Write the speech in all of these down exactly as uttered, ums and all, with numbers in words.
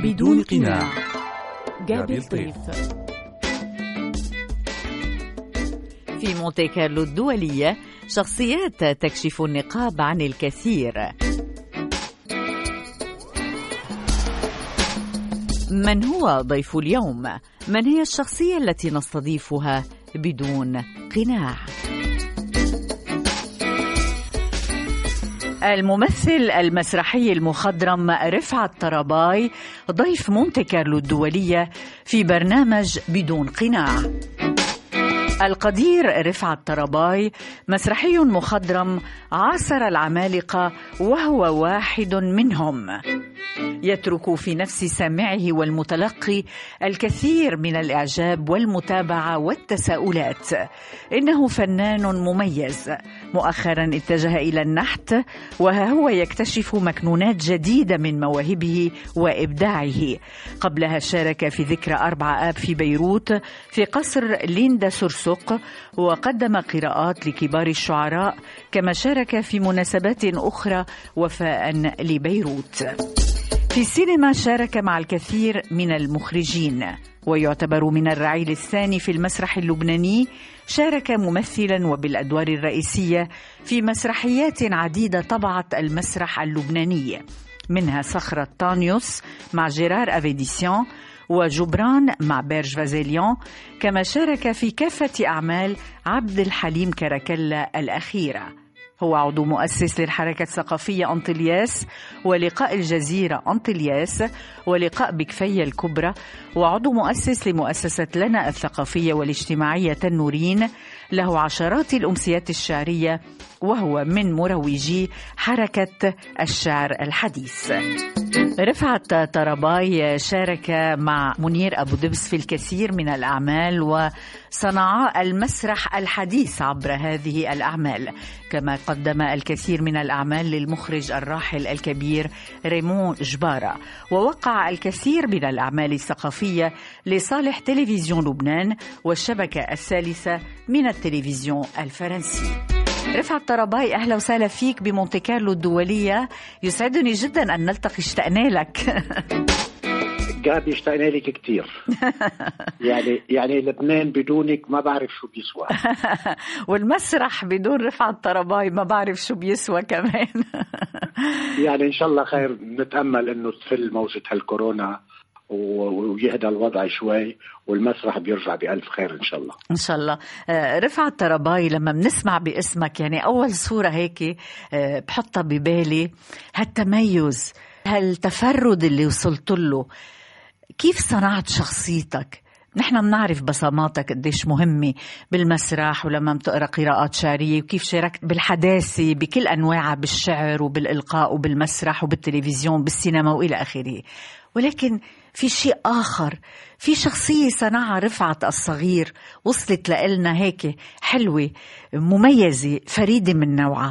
بدون قناع. جابي الطيف. في مونتي كارلو الدولية شخصيات تكشف النقاب عن الكثير. من هو ضيف اليوم؟ من هي الشخصية التي نستضيفها بدون قناع؟ الممثل المسرحي المخضرم رفعت طراباي ضيف مونتي كارلو الدولية في برنامج بدون قناع. القدير رفعت طراباي مسرحي مخضرم عاصر العمالقة وهو واحد منهم، يترك في نفس سامعه والمتلقي الكثير من الإعجاب والمتابعة والتساؤلات. إنه فنان مميز، مؤخرا اتجه إلى النحت، وها هو يكتشف مكنونات جديدة من مواهبه وإبداعه. قبلها شارك في ذكرى أربعة آب في بيروت في قصر ليندا سورسوق، وقدم قراءات لكبار الشعراء، كما شارك في مناسبات أخرى وفاء لبيروت. في السينما شارك مع الكثير من المخرجين، ويعتبر من الرعيل الثاني في المسرح اللبناني. شارك ممثلا وبالأدوار الرئيسية في مسرحيات عديدة طبعت المسرح اللبناني، منها صخرة طانيوس مع جيرار أفيديسيون، وجبران مع بيرج فازيليون. كما شارك في كافة أعمال عبد الحليم كراكلا الأخيرة. هو عضو مؤسس للحركة الثقافية أنطلياس، ولقاء الجزيرة أنطلياس، ولقاء بكفية الكبرى، وعضو مؤسس لمؤسسة لنا الثقافية والاجتماعية تنورين. له عشرات الأمسيات الشعرية، وهو من مروجي حركة الشعر الحديث. رفعت طراباي شارك مع منير أبو دبس في الكثير من الأعمال، وصنع المسرح الحديث عبر هذه الأعمال، كما قدم الكثير من الأعمال للمخرج الراحل الكبير ريمون جبارة، ووقع الكثير من الأعمال الثقافية لصالح تلفزيون لبنان والشبكة الثالثة من التلفزيون الفرنسي. رفعت طراباي، أهلا وسهلا فيك بمونتي كارلو الدولية. يسعدني جدا أن نلتقي، اشتقنا لك. جابي اشتقنا لك كتير. يعني يعني لبنان بدونك ما بعرف شو بيسوى. والمسرح بدون رفعت طراباي ما بعرف شو بيسوى كمان. يعني إن شاء الله خير، نتأمل إنه تفل موجة هالكورونا ويهدى الوضع شوي، والمسرح بيرجع بألف خير إن شاء الله. إن شاء الله. رفعت طراباي، لما بنسمع باسمك يعني أول صورة هيك بحطها ببالي هالتميز، هالتفرد اللي وصلت له. كيف صنعت شخصيتك؟ نحن بنعرف بصماتك قديش مهمة بالمسرح، ولما بتقرأ قراءات شعرية، وكيف شاركت بالحداثة بكل أنواعها، بالشعر وبالإلقاء وبالمسرح وبالتلفزيون بالسينما وإلى آخره. ولكن في شيء آخر، في شخصية صنعها رفعت الصغير وصلت لنا هيك حلوة مميزة فريدة من نوعها.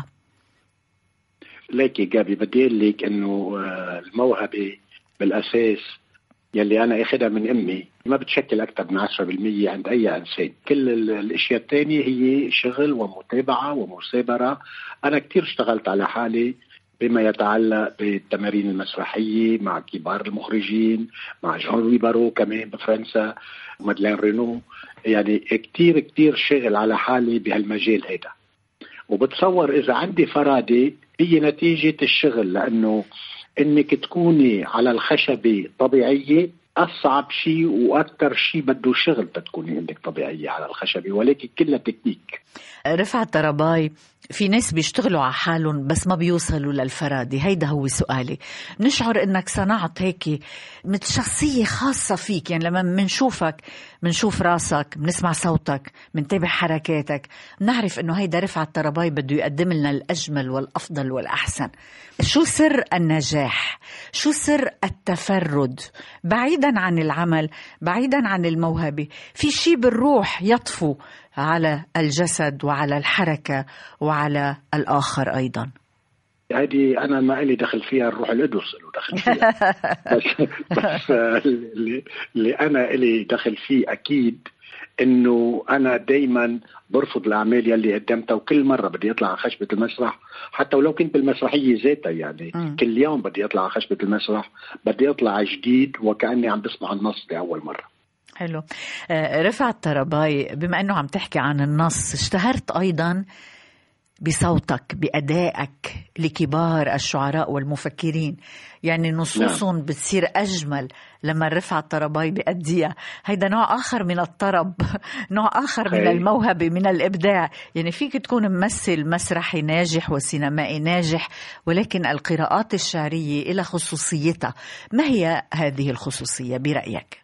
ليكي جابي، بدي أقول لك إنه الموهبة بالأساس يلي أنا أخذها من أمي ما بتشكل أكثر من عشرة بالمية عند أي إنسان. كل الأشياء الثانية هي شغل ومتابعة ومثابرة. أنا كتير اشتغلت على حالي بما يتعلق بالتمارين المسرحية مع كبار المخرجين، مع جون لوي بارو كمان بفرنسا، مادلين رينو. يعني كتير كتير شغل على حالي بهالمجال هذا. وبتصور إذا عندي فرادة هي نتيجة الشغل، لأنه إنك تكوني على الخشبة طبيعية أصعب شيء وأكثر شيء بده شغل تكوني عندك طبيعية على الخشبة، ولكن كلها تكنيك. رفعت طراباي، في ناس بيشتغلوا على حالهم بس ما بيوصلوا للفرادة. هيدا هو سؤالي. نشعر إنك صنعت هيك مثل شخصية خاصة فيك، يعني لما منشوفك منشوف راسك، منسمع صوتك، منتابع حركاتك، نعرف إنه هيدا رفعت طراباي بده يقدم لنا الأجمل والأفضل والأحسن. شو سر النجاح؟ شو سر التفرد؟ بعيدا عن العمل، بعيدا عن الموهبة، في شيء بالروح يطفو على الجسد وعلى الحركة وعلى الآخر أيضا. هذه أنا ما إلي دخل فيها، الروح القدس له دخل فيها. بس, بس اللي, اللي أنا إلي دخل فيه أكيد انه انا دايما برفض الاعمال يلي قدمتها، وكل مره بدي اطلع على خشبه المسرح حتى ولو كنت بالمسرحيه ذاتها يعني م. كل يوم بدي اطلع على خشبه المسرح، بدي اطلع جديد وكاني عم بسمع النص لاول مره. حلو. آه رفعت طرباي، بما انه عم تحكي عن النص، اشتهرت ايضا بصوتك بأدائك لكبار الشعراء والمفكرين، يعني نصوصهم نعم. بتصير أجمل لما رفعت طرباي بأديها. هيدا نوع آخر من الطرب، نوع آخر من الموهبة، من الإبداع. يعني فيك تكون ممثل مسرحي ناجح وسينمائي ناجح، ولكن القراءات الشعرية إلى خصوصيتها. ما هي هذه الخصوصية برأيك؟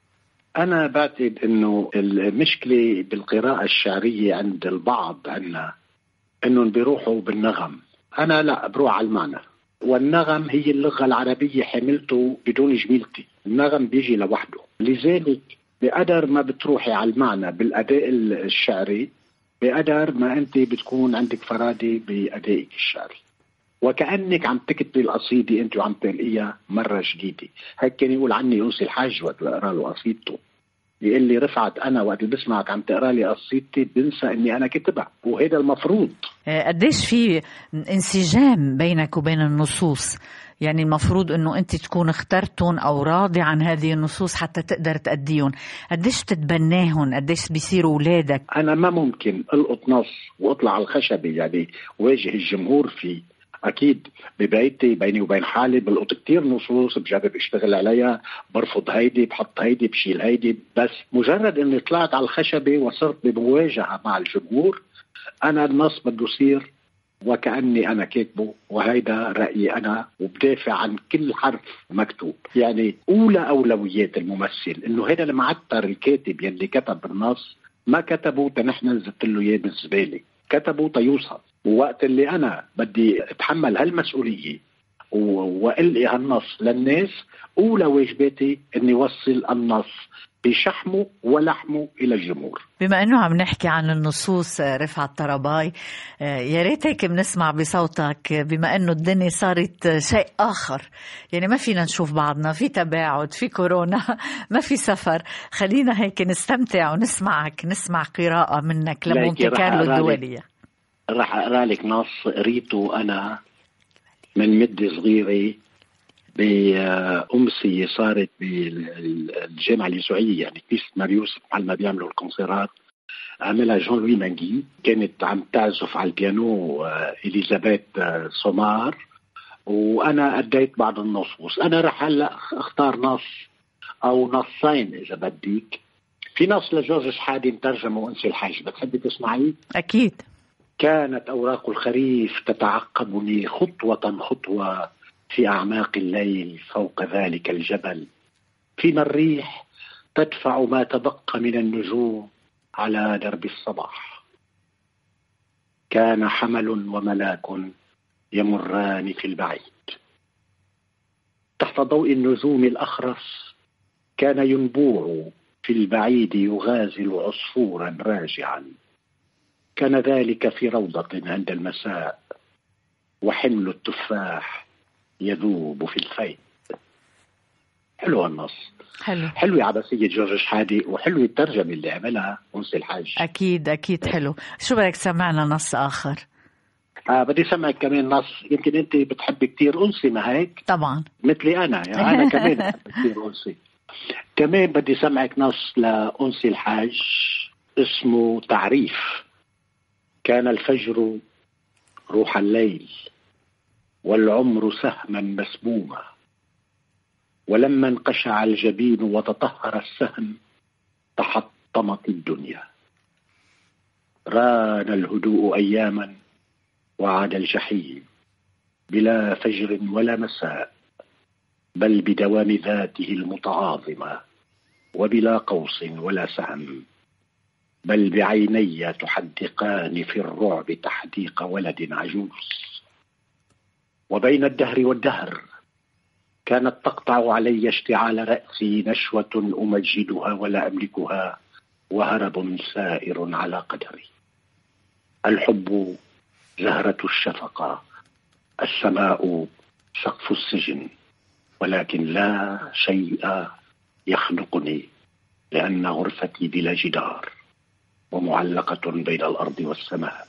أنا بعتقد أنه المشكلة بالقراءة الشعرية عند البعض عنا انهم بيروحوا بالنغم. انا لا، بروح على المعنى، والنغم هي اللغة العربية حملته بدون جميلتي. النغم بيجي لوحده، لذلك بقدر ما بتروحي على المعنى بالأداء الشعري بقدر ما انت بتكون عندك فرادة بأدائك الشعري، وكأنك عم تكتبي القصيدة انت وعم تلقيها مرة جديدة. هيك كان يقول عني أنسي الحاج وقت بقرا له قصيدته، يقول لي رفعت أنا وقت اللي بسمعك عم تقرأ لي قصيدتي بنسى إني أنا كتبها، وهذا المفروض. قديش في انسجام بينك وبين النصوص؟ يعني المفروض إنه أنت تكون اخترتون أو راضي عن هذه النصوص حتى تقدر تأديهم. قديش تتبناهم؟ قديش بيصيروا أولادك؟ أنا ما ممكن ألقط نص وأطلع على الخشبة يعني واجه الجمهور فيه. أكيد ببيتي بيني وبين حالي بلقط كتير نصوص، بجرب اشتغل عليها، برفض هيدي، بحط هيدي، بشيل هيدي. بس مجرد اني طلعت على الخشبة وصرت بمواجهة مع الجمهور، انا النص بده يصير وكأني انا كاتبه، وهيدا رأيي انا، وبدافع عن كل حرف مكتوب. يعني اولى اولويات الممثل انه هذا المعتر الكاتب يلي كتب النص ما كتبه تنحن نزلت له اياه بالزبالة، كتبه تيوصل. ووقت اللي أنا بدي أتحمل هالمسؤولية وألقي هالنص للناس، أولى واجباتي أني وصل النص بشحمه ولحمه إلى الجمهور. بما أنه عم نحكي عن النصوص رفعت طرباي، يا ريت هيك بنسمع بصوتك، بما أنه الدنيا صارت شيء آخر، يعني ما فينا نشوف بعضنا، في تباعد، في كورونا، ما في سفر. خلينا هيك نستمتع ونسمعك، نسمع قراءة منك لمونتي كارلو الدولية. راح أقرأ لك نص قريته أنا من مدة صغيرة بأمسية صارت بالجامعة اليسوعية، يعني كنيسة ماريوس محل ما بيعملوا الكونسيرات، عملها جون لوي مانجي. كانت عم تعزف على البيانو إليزابيث سومار، وأنا أديت بعض النصوص. أنا راح هلا أختار نص أو نصين إذا بديك. في نص لجورج شحادي مترجمه أنسي الحاج، بتحبي تسمعيه؟ أكيد. كانت أوراق الخريف تتعقبني خطوة خطوة في أعماق الليل فوق ذلك الجبل، فيما الريح تدفع ما تبقى من النجوم على درب الصباح. كان حمل وملاك يمران في البعيد، تحت ضوء النجوم الأخرس كان ينبوع في البعيد يغازل عصفورا راجعا. كان ذلك في روضة عند المساء، وحمل التفاح يذوب في الخيط. حلو النص، حلو حلو يا عباسية جورج شحادي، وحلو الترجمة اللي عملها أنسي الحاج. أكيد أكيد حلو. شو بدك سمعنا نص آخر؟ آه بدي سمعك كمان نص، يمكن أنت بتحب كتير أنسي، ما هيك؟ طبعا مثلي أنا، يعني أنا كمان بحب كتير أنسي. كمان بدي سمعك نص لأنسي الحاج اسمه تعريف. كان الفجر روح الليل، والعمر سهما مسموما، ولما انقشع الجبين وتطهر السهم تحطمت الدنيا. ران الهدوء أياما وعاد الجحيم، بلا فجر ولا مساء، بل بدوام ذاته المتعاظمة، وبلا قوس ولا سهم، بل بعيني تحدقان في الرعب تحديق ولد عجوز. وبين الدهر والدهر كانت تقطع علي اشتعال رأسي نشوة أمجدها ولا أملكها، وهرب سائر على قدري. الحب زهرة الشفقة، السماء سقف السجن، ولكن لا شيء يخنقني لأن غرفتي بلا جدار ومعلقة بين الأرض والسماء.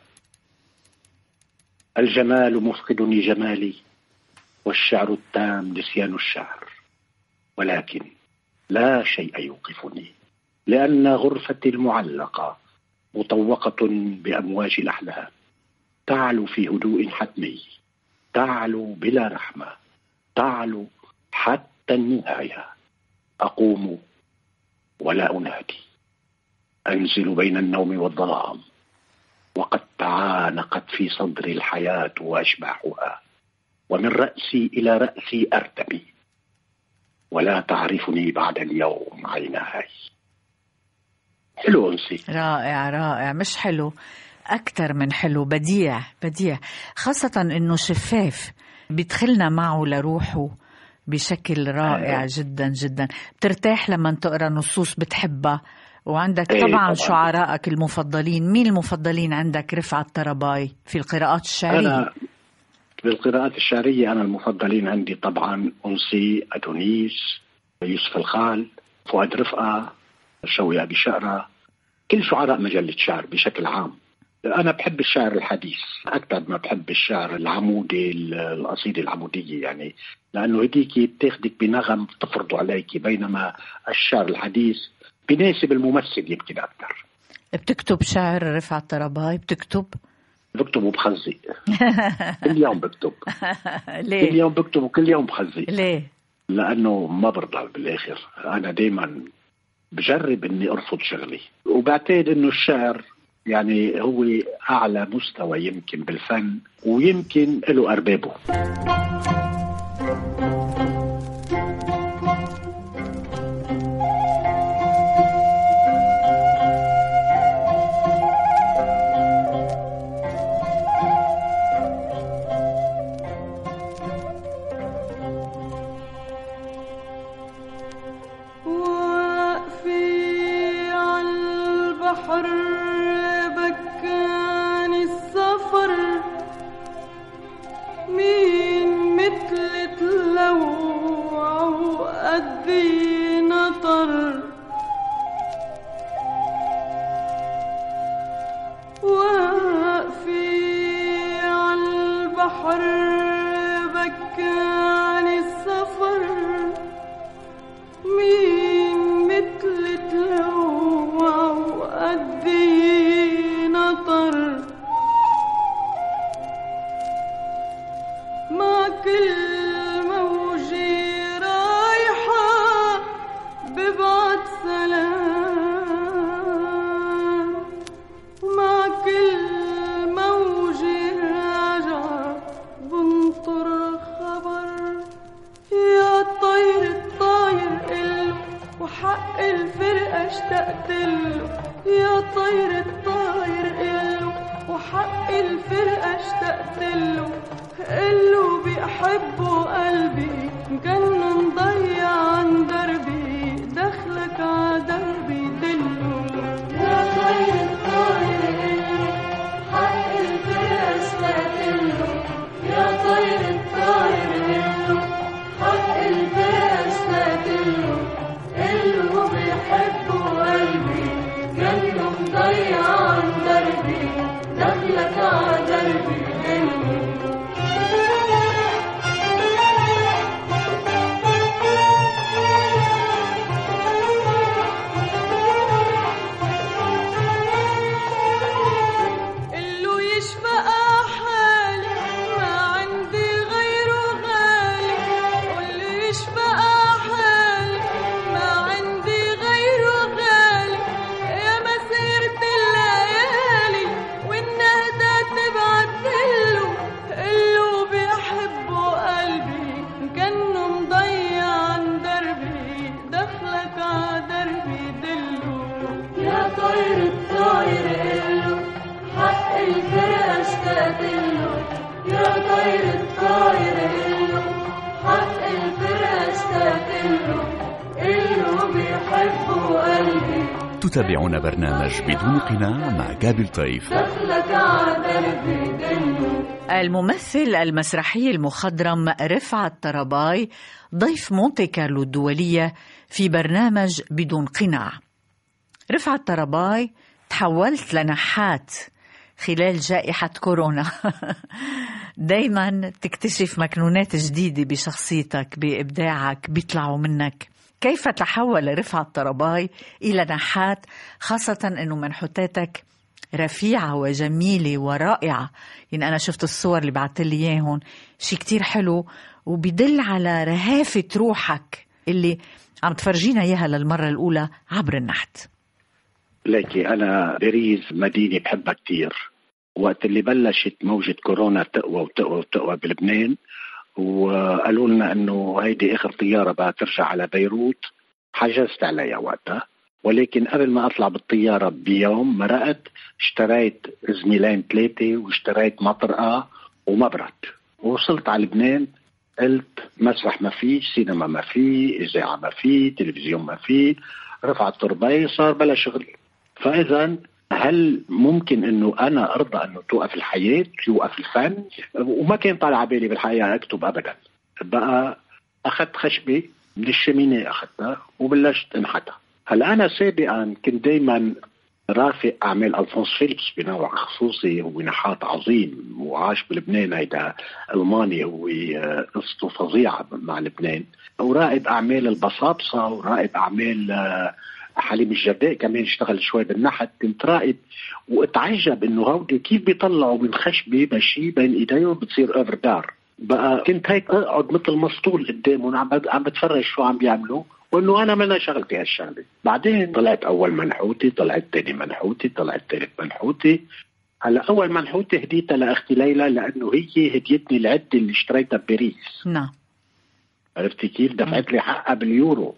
الجمال مفقدني جمالي، والشعر التام نسيان الشعر، ولكن لا شيء يوقفني، لأن غرفتي المعلقة مطوقة بأمواج الأحلام، تعلو في هدوء حتمي، تعلو بلا رحمة، تعلو حتى النهاية. أقوم ولا أنادي، أنزل بين النوم والظلام، وقد تعانقت في صدري الحياة وأشباحها، ومن رأسي إلى رأسي أرتمي، ولا تعرفني بعد اليوم عيناي. حلو أنسي. رائع رائع، مش حلو، أكثر من حلو، بديع بديع، خاصة إنه شفاف بيدخلنا معه لروحه بشكل رائع. أيوة. جدا جدا. بترتاح لما تقرأ نصوص بتحبها، وعندك طبعا, طبعا شعرائك المفضلين. مين المفضلين عندك؟ رفعت طرباي في القراءات الشعرية. أنا بالقراءات الشعرية أنا المفضلين عندي طبعا أنسي، أدونيس، يوسف الخال، فؤاد رفقة، شوقي أبي شقرة، كل شعراء مجلة شعر بشكل عام. أنا بحب الشعر الحديث أكثر ما بحب الشعر العمودي، القصيدة العمودية يعني، لأنه هديك بتاخدك بنغم تفرضه عليك، بينما الشعر الحديث بناسب الممثل يمكن أكثر. بتكتب شعر رفعت طرباي؟ بتكتب؟ بكتب وبخزي. كل يوم بكتب. ليه؟ كل يوم بكتب وكل يوم بخزي. ليه؟ لأنه ما برضى بالآخر. أنا دايما بجرب إني أرفض شغلي، وبعتقد إنه الشعر يعني هو أعلى مستوى يمكن بالفن، ويمكن له أربابه. تتابعون برنامج بدون قناع مع جابل طيف. دخلك على دربي دنو الممثل المسرحي المخضرم رفعت طرباي ضيف مونتي كارلو الدولية في برنامج بدون قناع. رفعت طرباي تحولت لنحات خلال جائحة كورونا. دايما تكتشف مكنونات جديدة بشخصيتك، بإبداعك، بيطلعوا منك. كيف تحول رفعت طرباي إلى نحات، خاصة أنه منحوتاتك رفيعة وجميلة ورائعة؟ يعني أنا شفت الصور اللي بعتلي إياهم، شيء كتير حلو وبيدل على رهافة روحك اللي عم تفرجينا إياها للمرة الأولى عبر النحت. لكن أنا باريس مدينة بحبها كتير. وقت اللي بلشت موجة كورونا تقوى وتقوى وتقوى بلبنان، وقالوا لنا أنه هيدي آخر طيارة بقى ترجع على بيروت، حجزت عليها وقتها. ولكن قبل ما أطلع بالطيارة بيوم مرقت اشتريت زميلين ثلاثة واشتريت مطرقة ومبرد، ووصلت على لبنان. قلت مسرح ما فيه، سينما ما فيه، إذاعة ما فيه، تلفزيون ما فيه، رفعت طرباي صار بلا شغل. فإذا هل ممكن أنه أنا أرضى أنه توقف الحياة، يوقف الفن؟ وما كان طالع بالي بالحقيقة أكتب أبدا. بقى أخذت خشبة من الشمينة، أخذتها وبلشت انحتها. هلا أنا سابقا كنت دايما رافق أعمال ألفونس فيليبس بنوع خصوصي، هو نحات عظيم وعاش بلبنان، هيدا ألماني، هو قصته فظيعة مع لبنان. وراقب أعمال البساطسة، وراقب أعمال حليم الجرداء كمان اشتغل شوي بالنحت. كنت راقب واتعجب انه هودي كيف بيطلعوا من خشبه ماشي بين ايديهم بتصير اوفردار. بقى كنت هيك اقعد مثل مسطول قدامهم عم عم بتفرج شو عم بيعملوا، وانه انا منا شغلتي هالشغله. بعدين طلعت اول منحوتي، طلعت ثاني منحوتي، طلعت ثالث منحوتي. هلا اول منحوتي هديتها لاختي ليلى، لانه هي هديتني العده اللي اشتريتها بباريس. نعم. عرفتي كيف؟ دفعت لي حقها باليورو.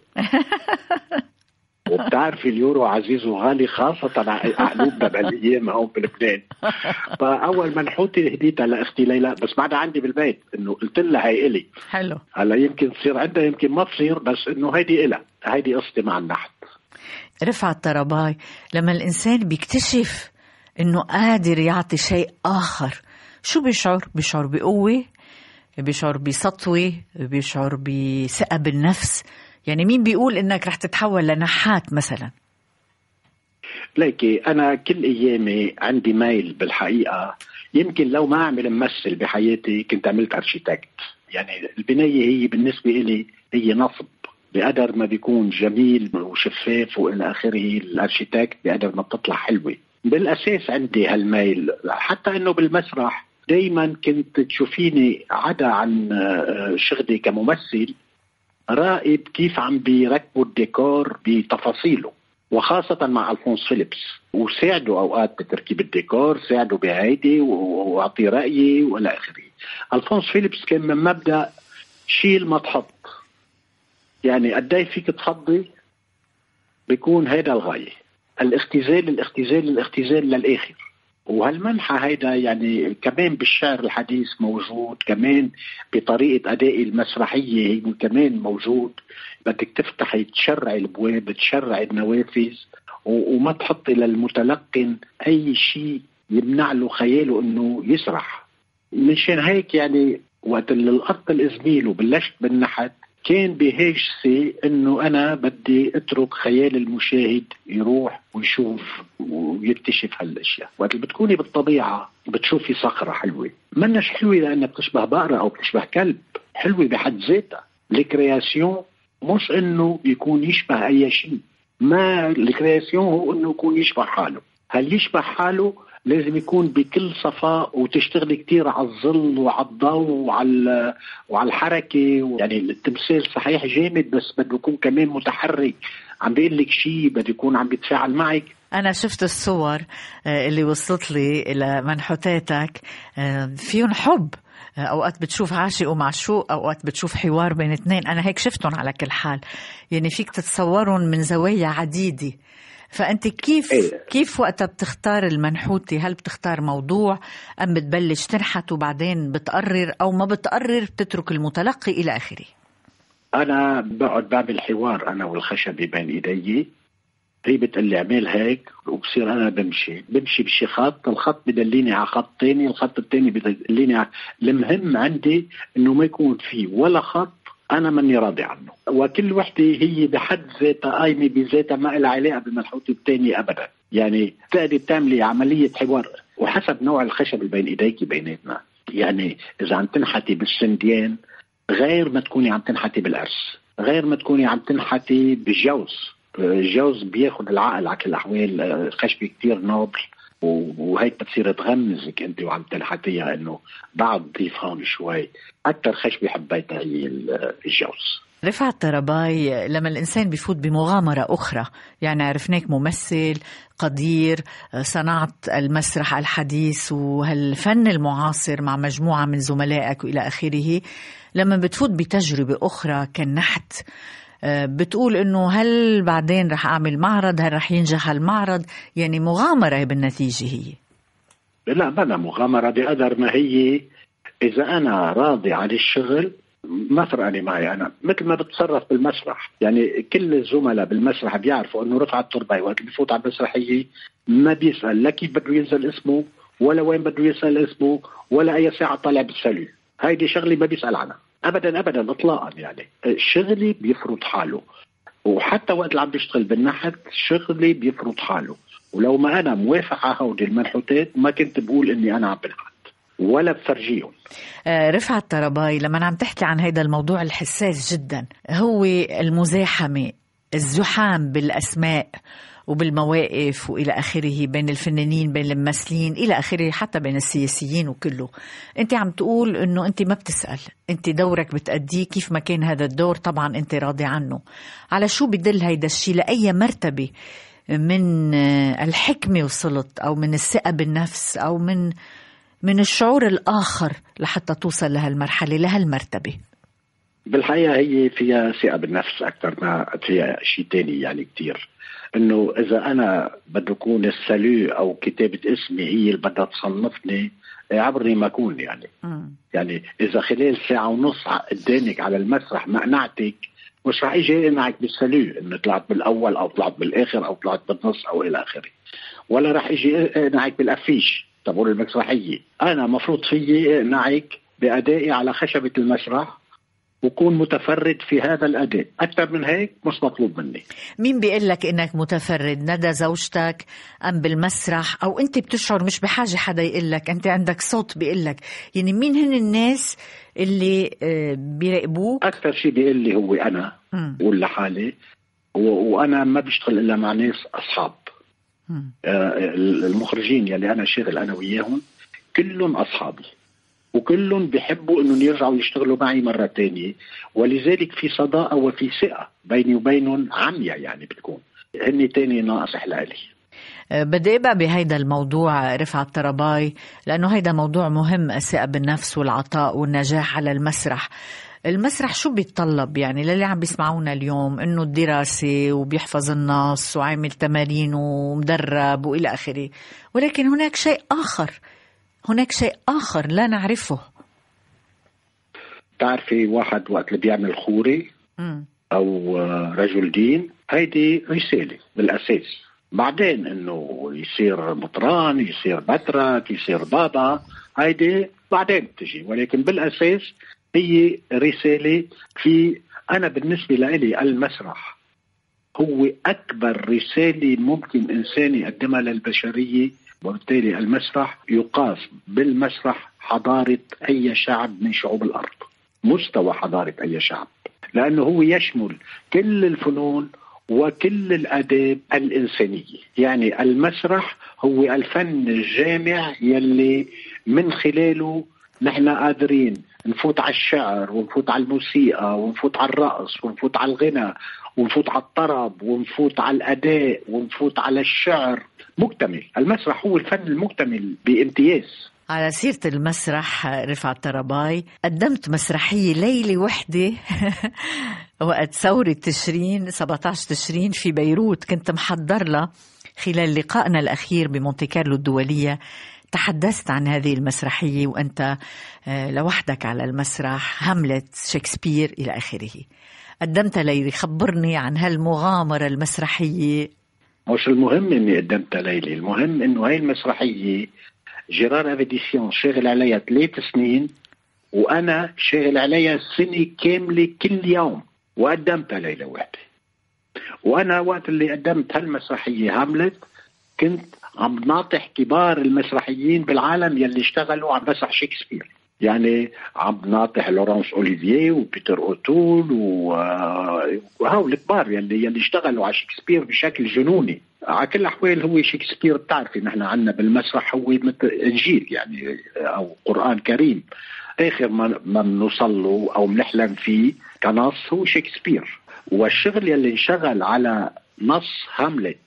وبتعرفي اليورو عزيز وغالي، خاصة على قلوبنا بهالايام هون بلبنان. فأول منحوتي هديتها لأختي ليلى، بس بعدها عندي بالبيت إنه قلت لها هي إلي. حلو. هلا يمكن تصير عندها يمكن ما تصير، بس إنه هيدي إلها، هيدي قصتي مع النحت. رفعت طرباي، لما الإنسان بيكتشف إنه قادر يعطي شيء آخر، شو بيشعر؟ بيشعر بقوة، بيشعر بسطوة، بيشعر بثقة بالنفس. يعني مين بيقول إنك رح تتحول لنحات مثلا؟ ليكي أنا كل أيامي عندي ميل بالحقيقة. يمكن لو ما أعمل ممثل بحياتي كنت عملت أرشيتكت. يعني البناية هي بالنسبة إلي هي نصب، بقدر ما بيكون جميل وشفاف وإلى آخره. الأرشيتكت بقدر ما بتطلع حلوة. بالأساس عندي هالميل، حتى إنه بالمسرح دايما كنت تشوفيني عدا عن شغلي كممثل راقب كيف عم بيركبوا الديكور بتفاصيله، وخاصة مع ألفونس فيليبس. وساعدوا أوقات بتركيب الديكور، ساعدوا بهيدي وأعطي رأيي ولا آخره. ألفونس فيليبس كان من مبدأ شيل ما تحط، يعني قداي فيك تفضي بيكون هيدا الغاية، الاختزال الاختزال الاختزال للآخر. وهالمنحة هيدا يعني كمان بالشعر الحديث موجود، كمان بطريقة أداء المسرحية هي كمان موجود. بدك تفتحي تشرعي البواب، تشرعي النوافذ، وما تحطي للمتلقن أي شيء يمنع له خياله إنه يسرح. مشان هيك يعني وقت اللي الأرض الإزميل وبلشت بالنحت كان بهاجسي انه انا بدي اترك خيال المشاهد يروح ويشوف ويكتشف هالاشياء. وقت اللي بتكوني بالطبيعه بتشوفي صخره حلوه، منش حلوه لانها بتشبه بقره او بتشبه كلب، حلوه بحد ذاتها. الكرياسيون مش انه يكون يشبه اي شيء، ما الكرياسيون هو انه يكون يشبه حاله. هل يشبه حاله لازم يكون بكل صفاء، وتشتغل كتير على الظل وعلى الضوء وعلى وعلى الحركة. يعني التمثال صحيح جامد بس بده يكون كمان متحرك، عم بيقول لك شيء، بده يكون عم بيتفاعل معك. أنا شفت الصور اللي وصلت لي إلى منحوتاتك، فيهم حب، أوقات بتشوف عاشق ومعشوق، أوقات بتشوف حوار بين اثنين. أنا هيك شفتهم على كل حال، يعني فيك تتصورهم من زوايا عديدة. فأنت كيف إيه؟ كيف وقتها بتختار المنحوتة؟ هل بتختار موضوع أم بتبلش تنحت وبعدين بتقرر، أو ما بتقرر بتترك المتلقي إلى آخره؟ أنا بقعد بعمل حوار أنا والخشبة بين إيدي، هي بتقول لي اعمل هيك، وبصير انا بمشي بمشي بشي خط، الخط بدليني على خط تاني، الخط التاني بدليني على... المهم عندي انه ما يكون في ولا خط انا ماني راضي عنه، وكل وحده هي بحد ذاتها قايمه بذاتها، ما لها علاقه بالمنحوت الثاني ابدا. يعني تقدري تعملي عمليه حوار وحسب نوع الخشب اللي بين ايديكي بيناتنا. يعني اذا عم تنحتي بالسنديان غير ما تكوني عم تنحتي بالقرص، غير ما تكوني عم تنحتي بالجوز. الجوز بياخد العقل على كل الاحوال، خشبه كتير نوبل، وهيك بتصير تغمزك انت وعم تنحتيها انه بعد ضيف هون شوي. اكثر خشبه حبيتها هي الجوز. رفعت طرباي، لما الإنسان بيفوت بمغامرة أخرى، يعني عرفناك ممثل قدير، صنعت المسرح الحديث وهالفن المعاصر مع مجموعة من زملائك وإلى آخره، لما بتفوت بتجربة أخرى كالنحت بتقول إنه هل بعدين رح أعمل معرض، هل رح ينجح المعرض؟ يعني مغامرة بالنتيجة هي. لا بلا مغامرة بقدر ما هي. إذا أنا راضي عن الشغل ما فرقني معي، أنا مثل ما بتصرف بالمسرح. يعني كل الزملاء بالمسرح بيعرفوا أنه رفعت طرباي وقت بيفوت على المسرحية ما بيسأل لا كيف بده ينزل اسمه، ولا وين بده يسأل اسمه، ولا أي ساعة طالع بالسلو. هيدي شغلي ما بيسأل عنها أبدا أبدا إطلاقا. يعني شغلي بيفرض حاله، وحتى وقت اللي عم بيشتغل بالنحت شغلي بيفرض حاله. ولو ما أنا موافق على هودي المنحوتات ما كنت بقول إني أنا عم بنحت ولا بفرجيهم. رفعت طرباي، لما عم تحكي عن هذا الموضوع الحساس جدا، هو المزاحمة، الزحام بالأسماء وبالمواقف وإلى آخره، بين الفنانين، بين الممثلين إلى آخره، حتى بين السياسيين وكله. أنت عم تقول أنه أنت ما بتسأل، أنت دورك بتأديه كيف ما كان هذا الدور، طبعا أنت راضي عنه. على شو بدل هيدا الشيء؟ لأي مرتبة من الحكمة وصلت، أو من الثقة بالنفس، أو من من الشعور الآخر لحتى توصل لهالمرحلة، لهالمرتبة؟ بالحقيقة هي فيها ثقة بالنفس أكثر ما فيها شيء تاني. يعني كتير إنه إذا أنا بدي أكون السلو أو كتابة اسمي هي اللي بدها تصنفني، عبرني ما أكون. يعني م. يعني إذا خلال ساعة ونص قدامك على المسرح ما قنعتك، مش رح يجي أقنعك بالسلو إنه طلعت بالأول أو طلعت بالآخر أو طلعت بالنص أو إلى آخره، ولا رح يجي أقنعك بالأفيش تبور المسرحية. أنا مفروض فيي أقنعك بأدائي على خشبة المسرح وكون متفرد في هذا الأداء. أكثر من هيك مش مطلوب مني. مين بيقول لك إنك متفرد؟ ندى زوجتك أم بالمسرح؟ أو أنت بتشعر مش بحاجة حدا يقول لك، أنت عندك صوت بيقول لك؟ يعني مين هن الناس اللي بيراقبوك؟ أكثر شيء بيقول لي هو أنا ولا حالي، وأنا ما بشتغل إلا مع ناس أصحاب. آه المخرجين يلي أنا شغل أنا وياهم كلهم أصحابي، وكلهم بيحبوا إنه يرجعوا يشتغلوا معي مرة تانية، ولذلك في صداقة وفي ثقة بيني وبينهم عمية. يعني بتكون هني تاني ناقص حلالي. بدي أبقى بهيدا الموضوع رفعت طرباي، لأنه هيدا موضوع مهم، الثقة بالنفس والعطاء والنجاح على المسرح. المسرح شو بيتطلب؟ يعني للي عم بيسمعونا اليوم إنه الدراسة وبيحفظ النص وعامل تمارين ومدرب وإلى آخره، ولكن هناك شيء آخر، هناك شيء آخر لا نعرفه. تعرفي واحد وقت اللي بيعمل خوري م. أو رجل دين، هيدي رسالة بالأساس. بعدين إنه يصير مطران، يصير بترك، يصير بابا، هيدي بعدين تجي، ولكن بالأساس هي رسالة. في أنا بالنسبة لي المسرح هو أكبر رسالة ممكن إنسان يقدمها للبشرية، وبالتالي المسرح يقاس بالمسرح حضارة أي شعب من شعوب الأرض، مستوى حضارة أي شعب، لأنه هو يشمل كل الفنون وكل الآداب الإنسانية. يعني المسرح هو الفن الجامع يلي من خلاله نحن قادرين نفوت على الشعر ونفوت على الموسيقى ونفوت على الرقص ونفوت على الغنى ونفوت على الطرب ونفوت على الأداء ونفوت على الشعر. مكتمل. المسرح هو الفن المكتمل بامتياز. على سيرة المسرح رفعت طرباي، قدمت مسرحية ليلة وحدة وقت ثورة تشرين سبعة عشر تشرين في بيروت، كنت محضر لها خلال لقائنا الأخير بمونتي كارلو الدولية. تحدثت عن هذه المسرحية وأنت لوحدك على المسرح، هاملت، شكسبير إلى آخره. قدمت ليلة، خبرني عن هالمغامرة المسرحية مش المهم اني قدمتها ليلي، المهم انه هاي المسرحية جيرار افيديسيون شاغل عليها ثلاث سنين وانا شاغل عليها سنة كاملة كل يوم، وقدمتها ليلة واحدة. وانا وقت اللي قدمت هالمسرحية هاملت كنت عم ناطح كبار المسرحيين بالعالم يلي اشتغلوا عم مسرح شكسبير، يعني عم ناطح لورانس اوليفييه وبيتر اوتول وهول الكبار يلي يلي اشتغلوا على شكسبير بشكل جنوني. على كل الاحوال هو شكسبير بتعرفي نحن عندنا بالمسرح هو مثل انجيل يعني او قران كريم، اخر ما ما بنوصل له او بنحلم فيه كنص هو شكسبير. والشغل يلي انشغل على نص هاملت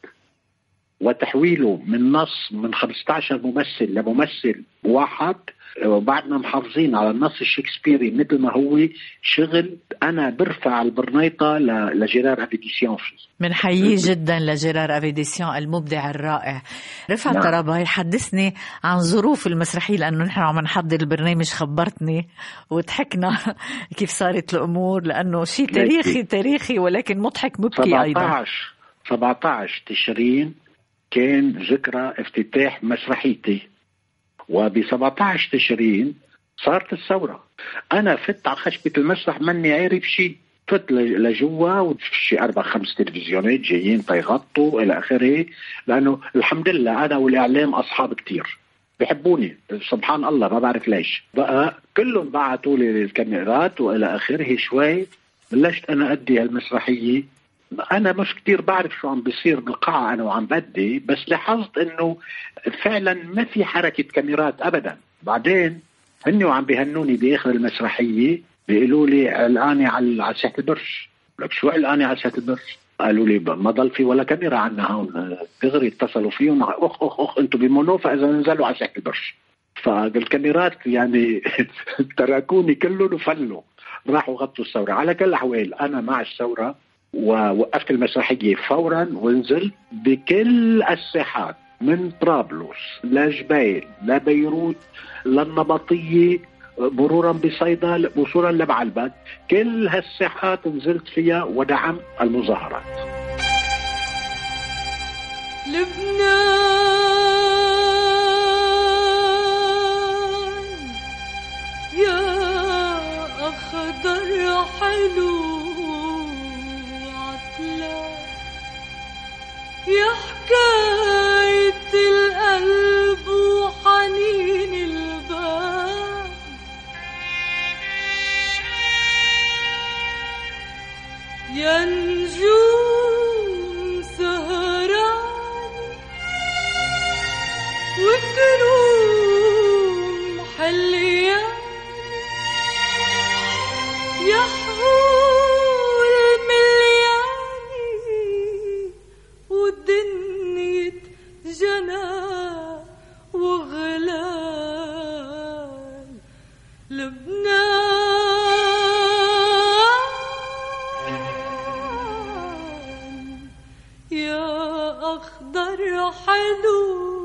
وتحويله من نص من خمسة عشر ممثل لممثل واحد وبعدنا محافظين على النص الشكسبيري مثل ما هو، شغل أنا برفع البرنيطة لجيرار أفيديسيون فيه. من حيي جدا لجيرار أفيديسيون المبدع الرائع. رفعت نعم. طراباي حدثني عن ظروف المسرحية، لأنه نحن عم نحضر البرنامج خبرتني وضحكنا كيف صارت الأمور، لأنه شيء تاريخي تاريخي ولكن مضحك مبكي أيضا. سبعة عشر تشرين كان ذكرى افتتاح مسرحيتي، وب سبعة عشر تشرين صارت الثورة. أنا فت على خشبة المسرح مني عارف شيء، فت لجوا وشي أربع خمس تلفزيونات جايين تيغطوا إلى آخره، لأنه الحمد لله أنا والإعلام أصحاب كتير بيحبوني سبحان الله ما بعرف ليش. بقى كلهم بعتوا لي الكاميرات وإلى آخره. شوي بلشت أنا أدي هالمسرحية، أنا مش كتير بعرف شو عم بيصير بالقاعة أنا وعم بدي، بس لاحظت إنه فعلا ما في حركة كاميرات أبدا. بعدين هني وعم بيهنوني بآخر المسرحية بيقولوا لي الآن على ساحة البرج. لك شو الآن على ساحة البرج؟ قالوا لي ما ضل في ولا كاميرا عنا هون. دغري اتصلوا فيهم أخ أخ أخ أنتوا بمنوفة إذا نزلوا على ساحة البرج. فالكاميرات يعني تركوني كلهم وفلوا راحوا غطوا الثورة. على كل الأحوال أنا مع الثورة، ووقفت المسرحية فورا ونزلت بكل الساحات من طرابلس لجبيل لبيروت للنبطية مرورا بصيدا وصولا لبعلبك، كل هالساحات نزلت فيها ودعمت المظاهرات. لبنان يا أخضر حلو يا حكاية القلب وحنين الباب، يا نجوم سهراني وكروم حلياني، يا حور ملياني ودنيا جنا وغلال. لبنان يا أخضر حلو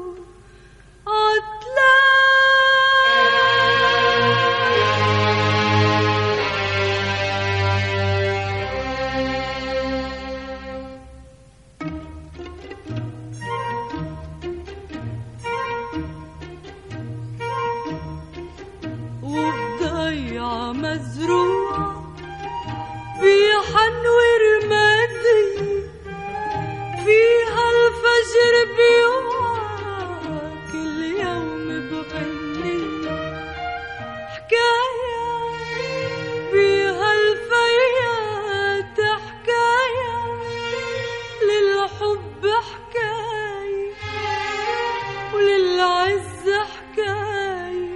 مزروع بحنو رمادي، فيها الفجر بيوعى كل يوم بغني حكاية، بيها الفيات حكاية للحب حكاية وللعز حكاية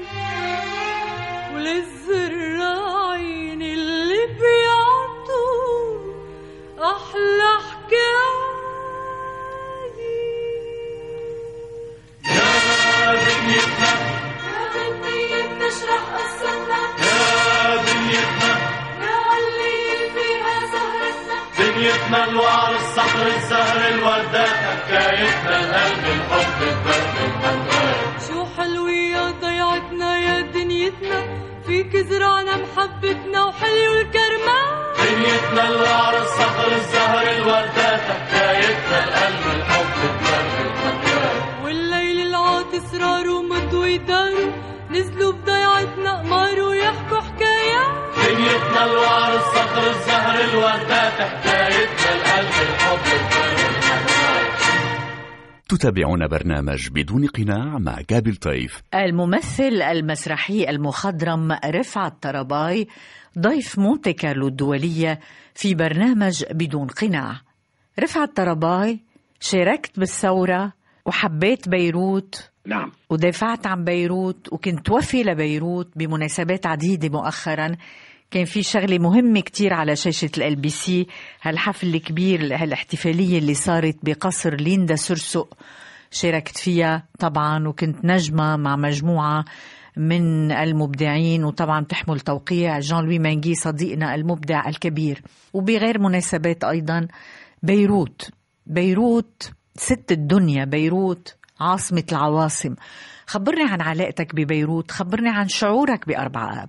وللزراعين اللي بيعطوا أحلى حكاية. يا دنيتنا يا غنية تشرح قصتنا، يا دنيتنا نعلي فيها زهرتنا، دنيتنا الوعر الصخر الزهر الوردات، حكايتنا القلب الحب الدرب الحنان. شو حلوة يا ضيعتنا يا دنيتنا، فيك زرعنا محبتنا وحلو الكرمان. دنيتنا الوعر الصخر الزهر الوردات، حكايتنا القلب الحب حكايتنا الوعر الصخر الزهر الوردات حكايتنا القلب الحب الفرد. تتابعون برنامج بدون قناع مع جابل طيف. الممثل المسرحي المخضرم رفعت طرباي ضيف مونتي كارلو الدولية في برنامج بدون قناع. رفعت طرباي، شاركت بالثورة وحبيت بيروت. نعم. ودافعت عن بيروت وكنت وفي لبيروت بمناسبات عديدة مؤخرا. كان في شغلة مهمة كتير على شاشة ال بي سي، هالحفل الكبير، هالاحتفالية اللي صارت بقصر ليندا سرسق، شاركت فيها طبعا، وكنت نجمة مع مجموعة من المبدعين، وطبعا تحمل توقيع جان لوي مانجي صديقنا المبدع الكبير. وبغير مناسبات أيضا بيروت. بيروت ست الدنيا، بيروت عاصمة العواصم. خبرني عن علاقتك ببيروت، خبرني عن شعورك بأربعة آب.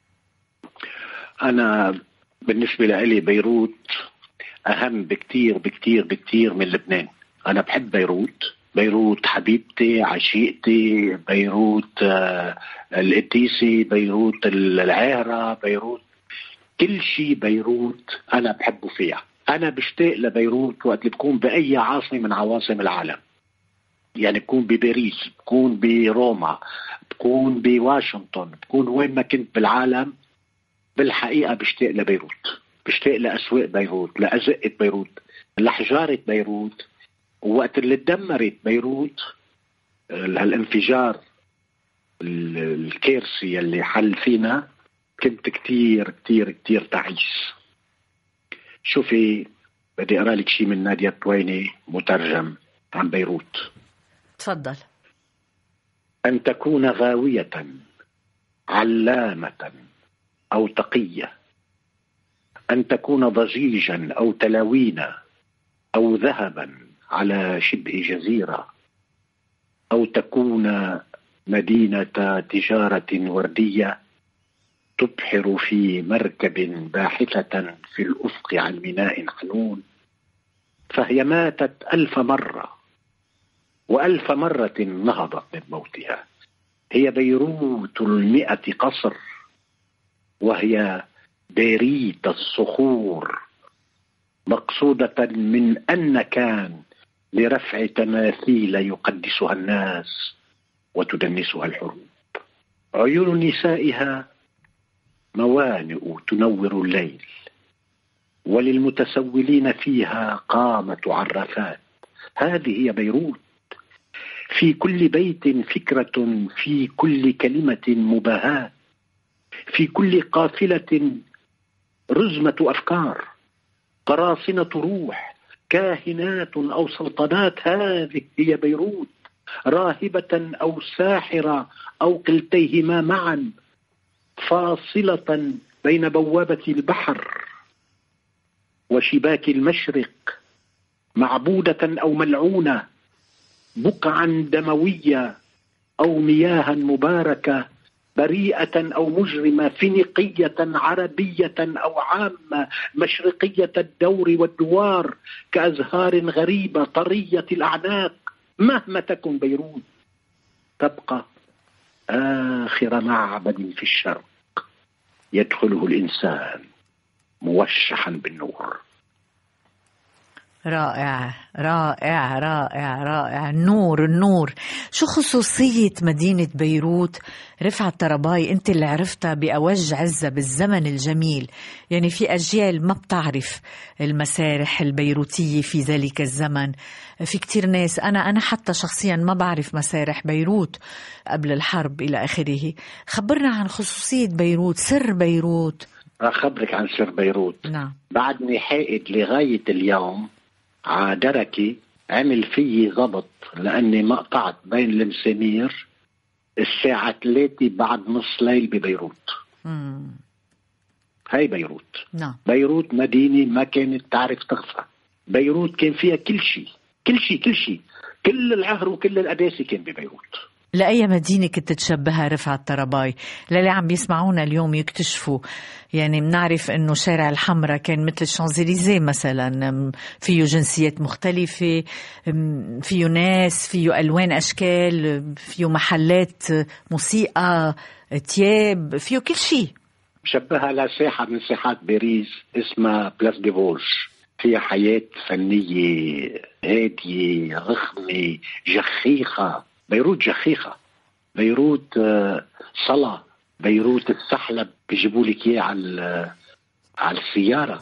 أنا بالنسبة لي بيروت أهم بكتير بكتير بكتير من لبنان. أنا بحب بيروت. بيروت حبيبتي، عشيقتي، بيروت آه القديسي، بيروت العاهرة، بيروت كل شيء. بيروت أنا بحبه فيها. أنا بشتاق لبيروت وقت اللي بكون بأي عاصمة من عواصم العالم، يعني بكون بباريس، بكون بروما، بكون بواشنطن، بكون وين ما كنت بالعالم. بالحقيقة بشتاق لبيروت، بشتاق لأسواق بيروت، لأزقة بيروت، لحجارة بيروت. ووقت اللي تدمرت بيروت، هالانفجار الكارثي اللي حل فينا، كنت كتير كتير كتير تعيس. شوفي، بدي أقرأ لك شيء من نادية تويني مترجم عن بيروت. تفضل. أن تكون غاوية، علامة أو تقية، أن تكون ضجيجا أو تلاوين أو ذهبا على شبه جزيرة، أو تكون مدينة تجارة وردية تبحر في مركب باحثة في الأفق عن ميناء حنون. فهي ماتت ألف مرة، وألف مرة نهضت من موتها. هي بيروت المئة قصر، وهي باريت الصخور، مقصودة من أن كان لرفع تماثيل يقدسها الناس وتدنسها الحروب. عيون نسائها موانئ تنور الليل، وللمتسولين فيها قامة عرافات. هذه هي بيروت. في كل بيت فكرة، في كل كلمة مباهاة، في كل قافلة رزمة أفكار، قراصنة روح، كاهنات أو سلطنات. هذه هي بيروت. راهبة أو ساحرة أو كلتيهما معا، فاصلة بين بوابة البحر وشباك المشرق، معبودة أو ملعونة، بقعا دموية أو مياها مباركة، بريئة أو مجرمة، فينيقية عربية أو عامة، مشرقية الدور والدوار، كأزهار غريبة طرية الأعناق. مهما تكن بيروت، تبقى آخر معبد في الشرق يدخله الإنسان موشحا بالنور. رائع رائع رائع رائع. النور النور. شو خصوصية مدينة بيروت رفعت طرباي انت اللي عرفتها بأوج عزة بالزمن الجميل؟ يعني في أجيال ما بتعرف المسارح البيروتية في ذلك الزمن. في كتير ناس، أنا أنا حتى شخصيا ما بعرف مسارح بيروت قبل الحرب إلى آخره. خبرنا عن خصوصية بيروت، سر بيروت. أخبرك عن سر بيروت. نعم. بعدني حائد لغاية اليوم عادركي عمل فيي ضبط، لأني ما قطعت بين المسامير الساعة ثلاثة بعد نص ليل ببيروت. مم. هاي بيروت. نعم. بيروت مدينة ما كانت تعرف تغفى. بيروت كان فيها كل شيء كل شيء كل شيء كل العهر وكل الأداسي كان ببيروت. لأي مدينة كنت تشبهها رفعت طرباي؟ للي عم بيسمعونا اليوم يكتشفوا، يعني بنعرف انه شارع الحمراء كان مثل الشانزليزيه مثلا، فيه جنسيات مختلفة، فيه ناس، فيه ألوان أشكال، فيه محلات موسيقى، تياب، فيه كل شيء. بشبهها لساحة من ساحات باريس اسمها بلاس دي بولش، فيها حياة فنية هادية رخمة جخيخة. بيروت جخيخة، بيروت صلاة، بيروت السحلب بيجيبوا لك اياه على على السيارة.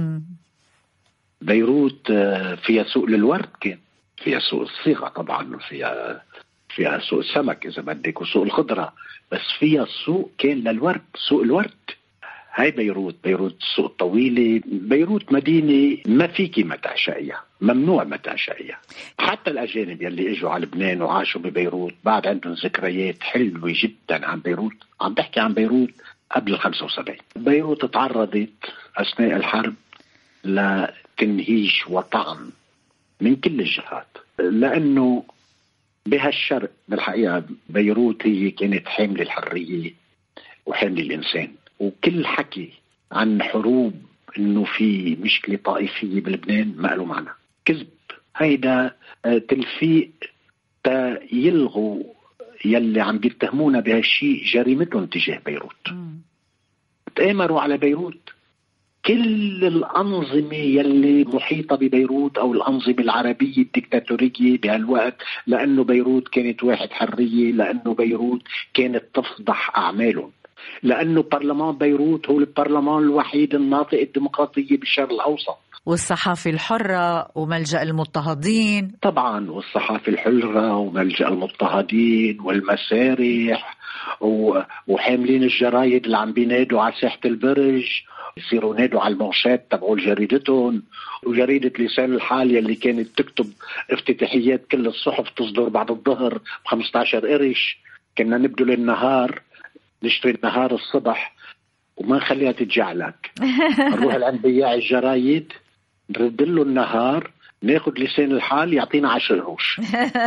بيروت فيها سوق للورد، كان فيها سوق الصيغة طبعا، وفيها فيها سوق السمك إذا بدك وسوق الخضرة، بس فيها سوق كان للورد، سوق الورد. هاي بيروت، بيروت السوق الطويلة. بيروت مدينة ما فيكي ما تعشقيها، ممنوع ما تعشقيها. حتى الأجانب يلي إجوا على لبنان وعاشوا ببيروت بعد عندهم ذكريات حلوة جدا عن بيروت. عم بحكي عن بيروت قبل الخمسة وسبعين. بيروت تعرضت أثناء الحرب لتنهيش وطعن من كل الجهات، لأنه بهالشرق بالحقيقة بيروت هي كانت حاملة الحرية وحاملة الإنسان، وكل حكي عن حروب إنه في مشكلة طائفية بلبنان ما قالوا معنا، كذب. هيدا تلفيق تا يلغوا يلي عم بيتهمونا بهالشيء جريمتهم تجاه بيروت. تآمروا على بيروت كل الأنظمة يلي محيطة ببيروت أو الأنظمة العربية الدكتاتورية بهالوقت، لأنه بيروت كانت واحد حرية، لأنه بيروت كانت تفضح أعمالهم، لأنه برلمان بيروت هو البرلمان الوحيد الناطق الديمقراطية بالشرق الأوسط. والصحافة الحرة وملجأ المضطهدين طبعا، والصحافة الحرة وملجأ المضطهدين والمسارح وحاملين الجرايد اللي عم بينادوا على ساحة البرج، يصيروا نادوا على المنشات تبعوا جريدتهم. وجريدة لسان الحال يلي كانت تكتب افتتاحيات كل الصحف تصدر بعد الظهر بخمسة عشر قرش، كنا نبدو للنهار نشتري النهار الصبح وما نخليها تتجعلك. نروح لعند بياع الجرايد نرد له النهار ناخد لسان الحال يعطينا عشر قروش.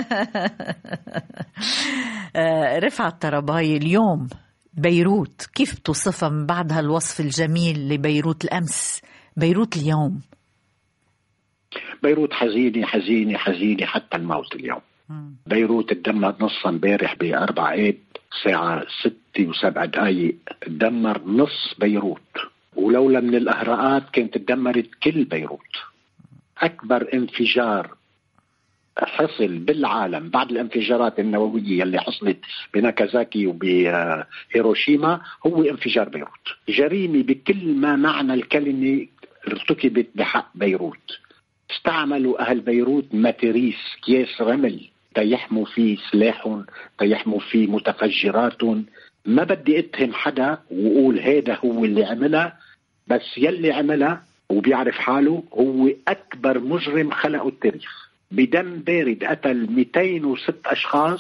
رفعت طرباي، اليوم بيروت كيف بتوصفها من بعد هالوصف الجميل لبيروت الأمس؟ بيروت اليوم، بيروت حزينة حزينة حزينة حتى الموت اليوم. بيروت تدمر نص امبارح بأربع آب ساعة ستة وسبع دقايق، تدمر نص بيروت، ولولا من الأهراءات كانت تدمرت كل بيروت. أكبر انفجار حصل بالعالم بعد الانفجارات النووية اللي حصلت بناكازاكي وبهيروشيما هو انفجار بيروت. جريمة بكل ما معنى الكلمة ارتكبت بحق بيروت. استعملوا أهل بيروت ماتريس، كياس رمل تيحموا فيه سلاحهم، تيحموا فيه متفجراتهم. ما بدي اتهم حدا وقول هذا هو اللي عملها، بس يلي عملها وبيعرف حاله هو أكبر مجرم خلقه التاريخ. بدم بارد قتل مئتين وستة أشخاص،